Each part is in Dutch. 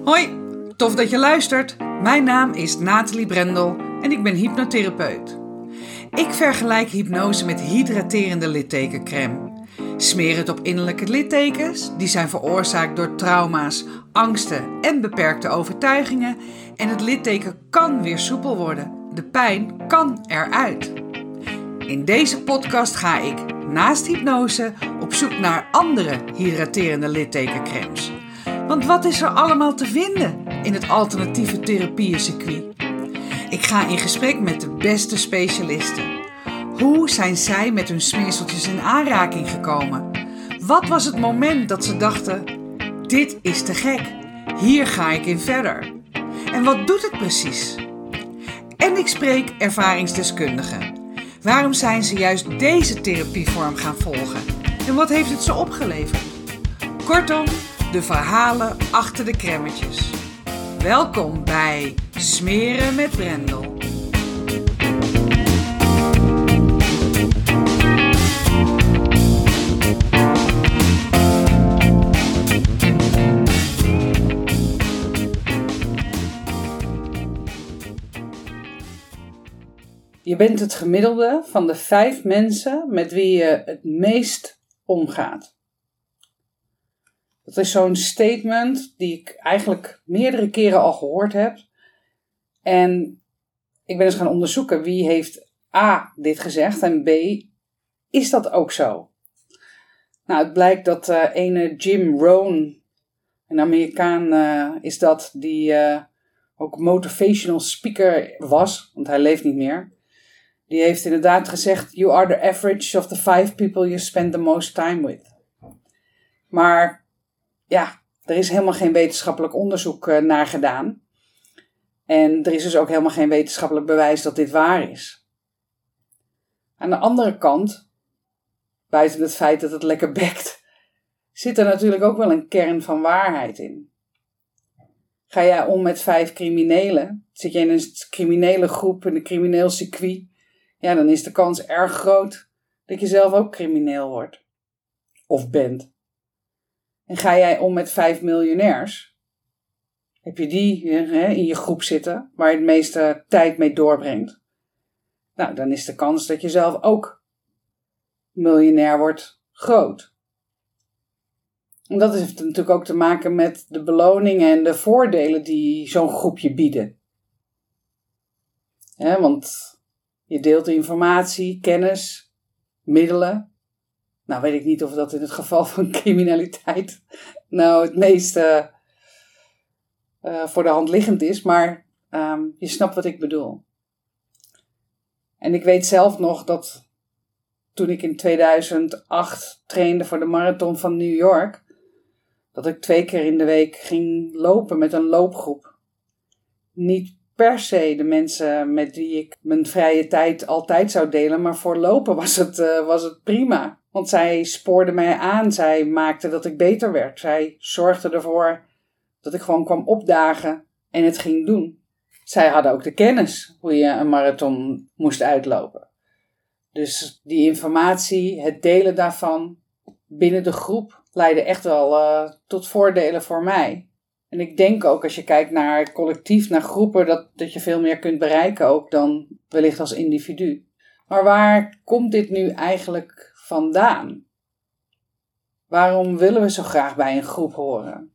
Hoi, tof dat je luistert. Mijn naam is Nathalie Brendel en ik ben hypnotherapeut. Ik vergelijk hypnose met hydraterende littekencrème. Smeer het op innerlijke littekens, die zijn veroorzaakt door trauma's, angsten en beperkte overtuigingen. En het litteken kan weer soepel worden. De pijn kan eruit. In deze podcast ga ik, naast hypnose, op zoek naar andere hydraterende littekencrèmes. Want wat is er allemaal te vinden in het alternatieve therapieëncircuit? Ik ga in gesprek met de beste specialisten. Hoe zijn zij met hun smeerseltjes in aanraking gekomen? Wat was het moment dat ze dachten, dit is te gek, hier ga ik in verder? En wat doet het precies? En ik spreek ervaringsdeskundigen. Waarom zijn ze juist deze therapievorm gaan volgen? En wat heeft het ze opgeleverd? Kortom, de verhalen achter de crèmetjes. Welkom bij Smeren met Brendel. Je bent het gemiddelde van de 5 mensen met wie je het meest omgaat. Dat is zo'n statement die ik eigenlijk meerdere keren al gehoord heb. En ik ben eens gaan onderzoeken wie heeft A dit gezegd en B, is dat ook zo? Nou, het blijkt dat ene Jim Rohn, een Amerikaan is dat, die ook motivational speaker was, want hij leeft niet meer. Die heeft inderdaad gezegd, you are the average of the 5 people you spend the most time with. Maar ja, er is helemaal geen wetenschappelijk onderzoek naar gedaan. En er is dus ook helemaal geen wetenschappelijk bewijs dat dit waar is. Aan de andere kant, buiten het feit dat het lekker bekt, zit er natuurlijk ook wel een kern van waarheid in. Ga jij om met 5 criminelen, zit je in een criminele groep, in een crimineel circuit, ja, dan is de kans erg groot dat je zelf ook crimineel wordt. Of bent. En ga jij om met 5 miljonairs, heb je die in je groep zitten, waar je het meeste tijd mee doorbrengt. Nou, dan is de kans dat je zelf ook miljonair wordt groot. En dat heeft natuurlijk ook te maken met de beloningen en de voordelen die zo'n groepje bieden. Want je deelt informatie, kennis, middelen. Nou weet ik niet of dat in het geval van criminaliteit nou het meest voor de hand liggend is. Maar je snapt wat ik bedoel. En ik weet zelf nog dat toen ik in 2008 trainde voor de marathon van New York, dat ik 2 keer in de week ging lopen met een loopgroep. Niet per se de mensen met wie ik mijn vrije tijd altijd zou delen, maar voor lopen was het prima. Want zij spoorden mij aan, zij maakten dat ik beter werd. Zij zorgden ervoor dat ik gewoon kwam opdagen en het ging doen. Zij hadden ook de kennis hoe je een marathon moest uitlopen. Dus die informatie, het delen daarvan binnen de groep leidde echt wel tot voordelen voor mij. En ik denk ook als je kijkt naar collectief, naar groepen, dat je veel meer kunt bereiken ook dan wellicht als individu. Maar waar komt dit nu eigenlijk vandaan? Waarom willen we zo graag bij een groep horen?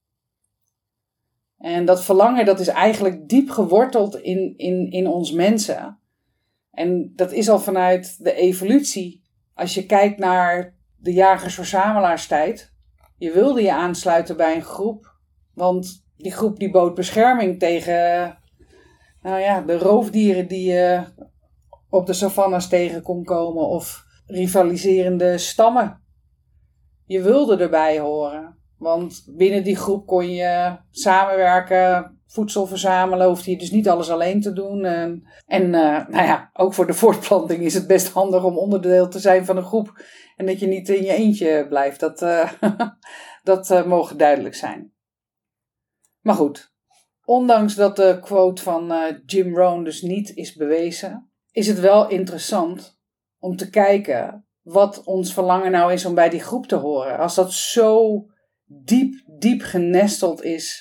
En dat verlangen, dat is eigenlijk diep geworteld in ons mensen. En dat is al vanuit de evolutie. Als je kijkt naar de jagers-verzamelaarstijd. Je wilde je aansluiten bij een groep. Want die groep die bood bescherming tegen de roofdieren die je op de savannes tegen kon komen. Of rivaliserende stammen. Je wilde erbij horen. Want binnen die groep kon je samenwerken, voedsel verzamelen. Hoefde je dus niet alles alleen te doen. Ook voor de voortplanting is het best handig om onderdeel te zijn van een groep. En dat je niet in je eentje blijft. Dat mogen duidelijk zijn. Maar goed, ondanks dat de quote van Jim Rohn dus niet is bewezen, is het wel interessant om te kijken wat ons verlangen nou is om bij die groep te horen. Als dat zo diep genesteld is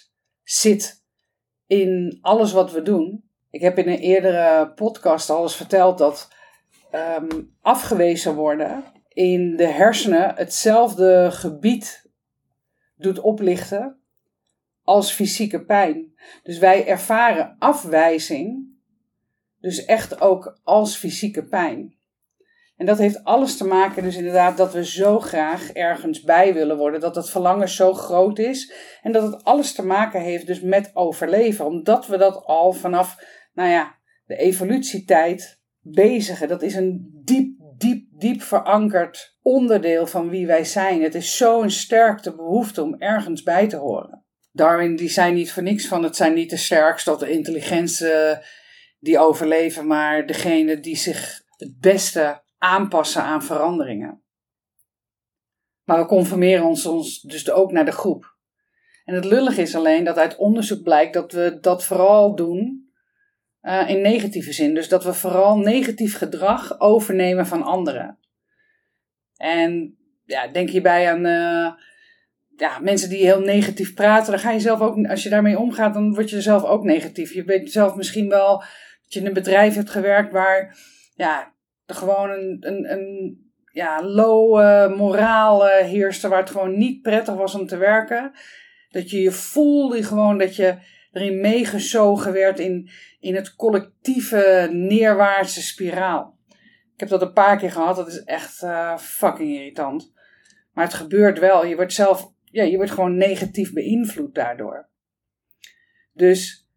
zit in alles wat we doen. Ik heb in een eerdere podcast al eens verteld dat afgewezen worden in de hersenen hetzelfde gebied doet oplichten als fysieke pijn. Dus wij ervaren afwijzing dus echt ook als fysieke pijn. En dat heeft alles te maken dus inderdaad dat we zo graag ergens bij willen worden. Dat het verlangen zo groot is. En dat het alles te maken heeft dus met overleven. Omdat we dat al vanaf de evolutietijd bezigen. Dat is een diep verankerd onderdeel van wie wij zijn. Het is zo'n sterke behoefte om ergens bij te horen. Darwin die zei niet voor niks van het zijn niet de sterkste of de intelligentste die overleven. Maar degene die zich het beste aanpassen aan veranderingen. Maar we conformeren ons dus ook naar de groep. En het lullig is alleen dat uit onderzoek blijkt dat we dat vooral doen in negatieve zin. Dus dat we vooral negatief gedrag overnemen van anderen. En denk hierbij aan mensen die heel negatief praten. Dan ga je zelf ook, als je daarmee omgaat, dan word je zelf ook negatief. Je weet zelf misschien wel dat je in een bedrijf hebt gewerkt waar er gewoon een low moraal heerste, waar het gewoon niet prettig was om te werken. Dat je voelde gewoon dat je erin meegezogen werd in het collectieve neerwaartse spiraal. Ik heb dat een paar keer gehad, dat is echt fucking irritant. Maar het gebeurt wel, je wordt gewoon negatief beïnvloed daardoor. Dus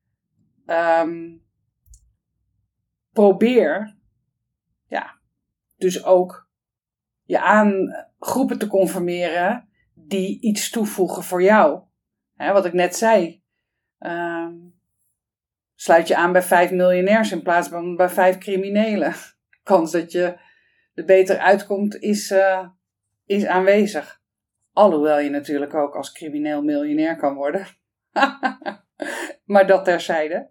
probeer dus ook je aan groepen te conformeren die iets toevoegen voor jou. Wat ik net zei. Sluit je aan bij 5 miljonairs in plaats van bij 5 criminelen. De kans dat je er beter uitkomt is aanwezig. Alhoewel je natuurlijk ook als crimineel miljonair kan worden. Maar dat terzijde.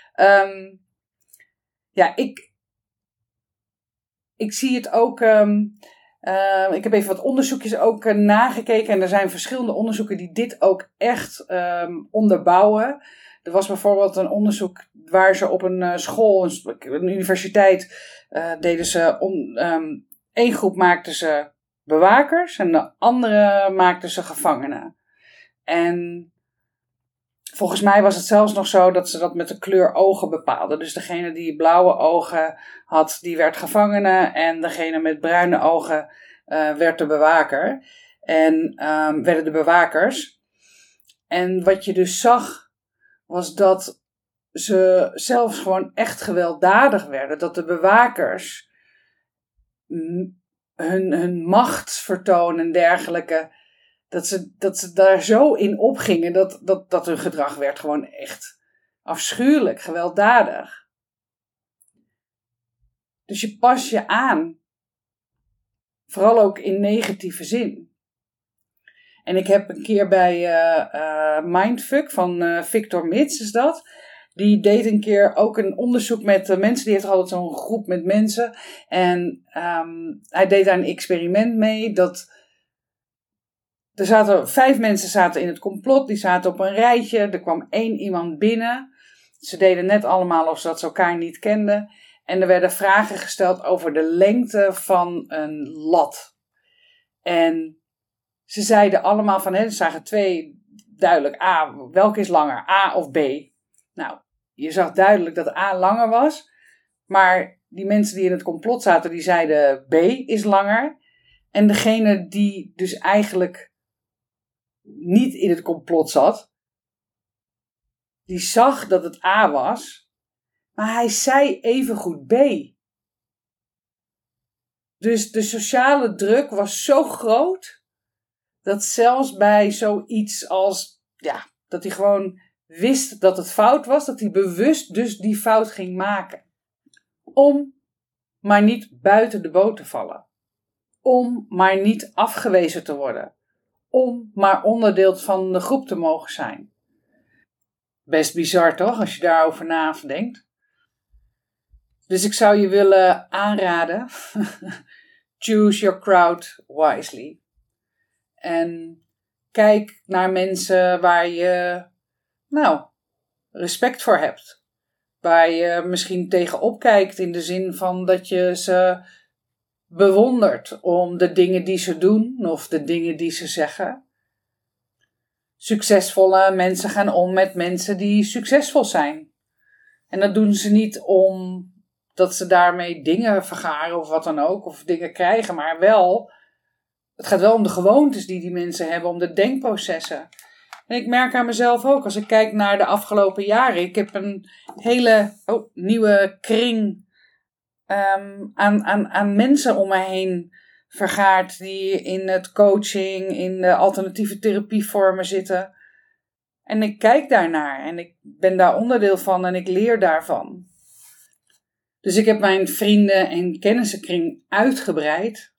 Ik zie het ook. Ik heb even wat onderzoekjes ook nagekeken. En er zijn verschillende onderzoeken die dit ook echt onderbouwen. Er was bijvoorbeeld een onderzoek waar ze op een school, een universiteit, deden ze. Eén groep maakten ze bewakers en de andere maakten ze gevangenen. En volgens mij was het zelfs nog zo dat ze dat met de kleur ogen bepaalden. Dus degene die blauwe ogen had, die werd gevangene. En degene met bruine ogen werd de bewaker. En werden de bewakers. En wat je dus zag, was dat ze zelfs gewoon echt gewelddadig werden. Dat de bewakers hun machtsvertoon en dergelijke, dat ze daar zo in opgingen dat hun gedrag werd gewoon echt afschuwelijk, gewelddadig. Dus je pas je aan. Vooral ook in negatieve zin. En ik heb een keer bij Mindfuck van Victor Mits is dat. Die deed een keer ook een onderzoek met mensen. Die heeft altijd zo'n groep met mensen. En hij deed daar een experiment mee. Er zaten 5 mensen in het complot. Die zaten op een rijtje. Er kwam 1 iemand binnen. Ze deden net allemaal of ze elkaar niet kenden. En er werden vragen gesteld over de lengte van een lat. En ze zeiden allemaal van, ze zagen 2 duidelijk. A, welke is langer? A of B? Nou, je zag duidelijk dat A langer was. Maar die mensen die in het complot zaten, die zeiden B is langer. En degene die dus eigenlijk niet in het complot zat, die zag dat het A was, maar hij zei evengoed B. Dus de sociale druk was zo groot, dat zelfs bij zoiets als, dat hij gewoon wist dat het fout was, dat hij bewust dus die fout ging maken. Om maar niet buiten de boot te vallen. Om maar niet afgewezen te worden. Om maar onderdeel van de groep te mogen zijn. Best bizar toch, als je daarover nadenkt. Dus ik zou je willen aanraden. Choose your crowd wisely. En kijk naar mensen waar je respect voor hebt. Waar je misschien tegenop kijkt in de zin van dat je ze bewondert om de dingen die ze doen of de dingen die ze zeggen. Succesvolle mensen gaan om met mensen die succesvol zijn. En dat doen ze niet omdat ze daarmee dingen vergaren of wat dan ook, of dingen krijgen, maar wel, het gaat wel om de gewoontes die die mensen hebben, om de denkprocessen. En ik merk aan mezelf ook, als ik kijk naar de afgelopen jaren, ik heb een hele nieuwe kring aan mensen om me heen vergaard die in het coaching, in de alternatieve therapievormen zitten. En ik kijk daarnaar en ik ben daar onderdeel van en ik leer daarvan. Dus ik heb mijn vrienden- en kennissenkring uitgebreid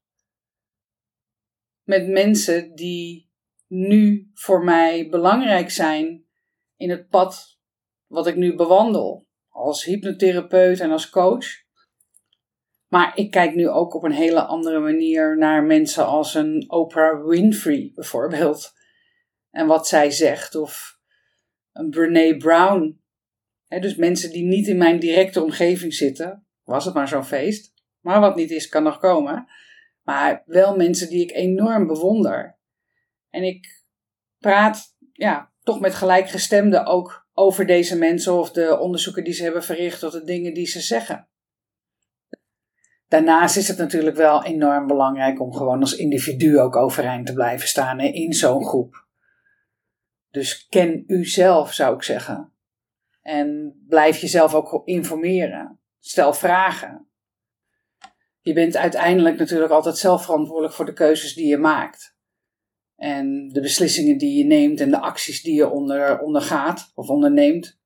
met mensen die nu voor mij belangrijk zijn in het pad wat ik nu bewandel. Als hypnotherapeut en als coach. Maar ik kijk nu ook op een hele andere manier naar mensen als een Oprah Winfrey bijvoorbeeld. En wat zij zegt. Of een Brené Brown. Dus mensen die niet in mijn directe omgeving zitten. Was het maar zo'n feest. Maar wat niet is, kan nog komen. Maar wel mensen die ik enorm bewonder. En ik praat toch met gelijkgestemden ook over deze mensen. Of de onderzoeken die ze hebben verricht. Of de dingen die ze zeggen. Daarnaast is het natuurlijk wel enorm belangrijk om gewoon als individu ook overeind te blijven staan in zo'n groep. Dus ken uzelf, zou ik zeggen. En blijf jezelf ook informeren. Stel vragen. Je bent uiteindelijk natuurlijk altijd zelf verantwoordelijk voor de keuzes die je maakt. En de beslissingen die je neemt en de acties die je ondergaat of onderneemt.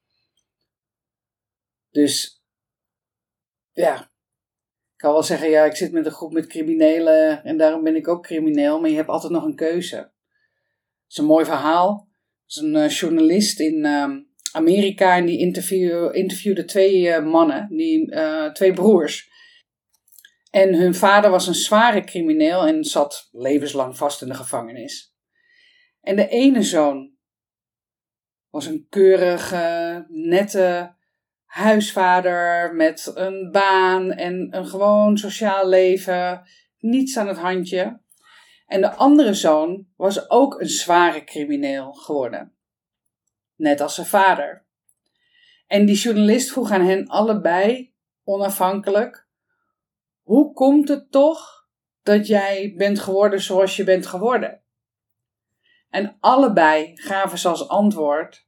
Dus ik kan wel zeggen, ik zit met een groep met criminelen en daarom ben ik ook crimineel, maar je hebt altijd nog een keuze. Het is een mooi verhaal. Er is een journalist in Amerika en die interviewde twee mannen, twee broers. En hun vader was een zware crimineel en zat levenslang vast in de gevangenis. En de ene zoon was een keurige, nette huisvader met een baan en een gewoon sociaal leven, niets aan het handje. En de andere zoon was ook een zware crimineel geworden, net als zijn vader. En die journalist vroeg aan hen allebei, onafhankelijk, hoe komt het toch dat jij bent geworden zoals je bent geworden? En allebei gaven ze als antwoord,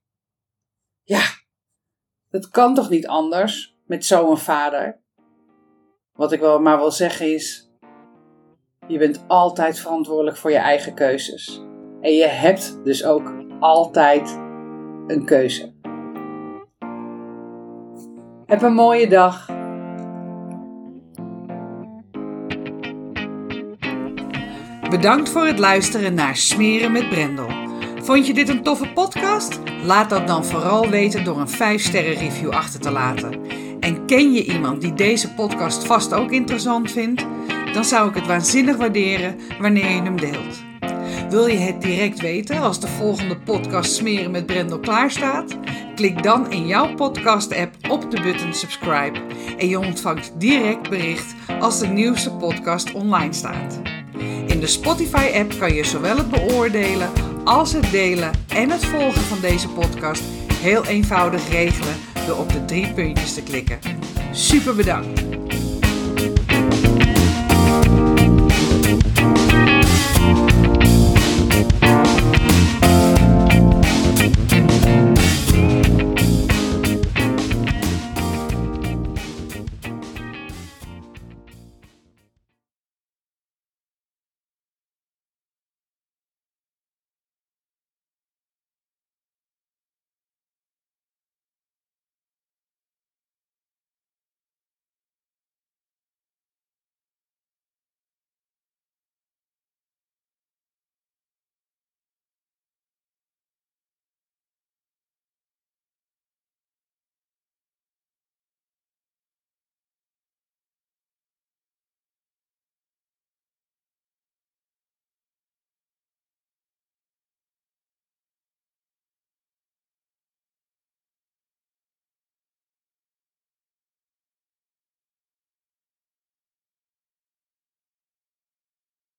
het kan toch niet anders met zo'n vader? Wat ik wel maar wil zeggen is, je bent altijd verantwoordelijk voor je eigen keuzes. En je hebt dus ook altijd een keuze. Heb een mooie dag. Bedankt voor het luisteren naar Smeren met Brendel. Vond je dit een toffe podcast? Laat dat dan vooral weten door een 5-sterren review achter te laten. En ken je iemand die deze podcast vast ook interessant vindt? Dan zou ik het waanzinnig waarderen wanneer je hem deelt. Wil je het direct weten als de volgende podcast Smeren met Brendel klaar staat? Klik dan in jouw podcast-app op de button subscribe en je ontvangt direct bericht als de nieuwste podcast online staat. In de Spotify-app kan je zowel het beoordelen als het delen en het volgen van deze podcast heel eenvoudig regelen door op de 3 puntjes te klikken. Super bedankt!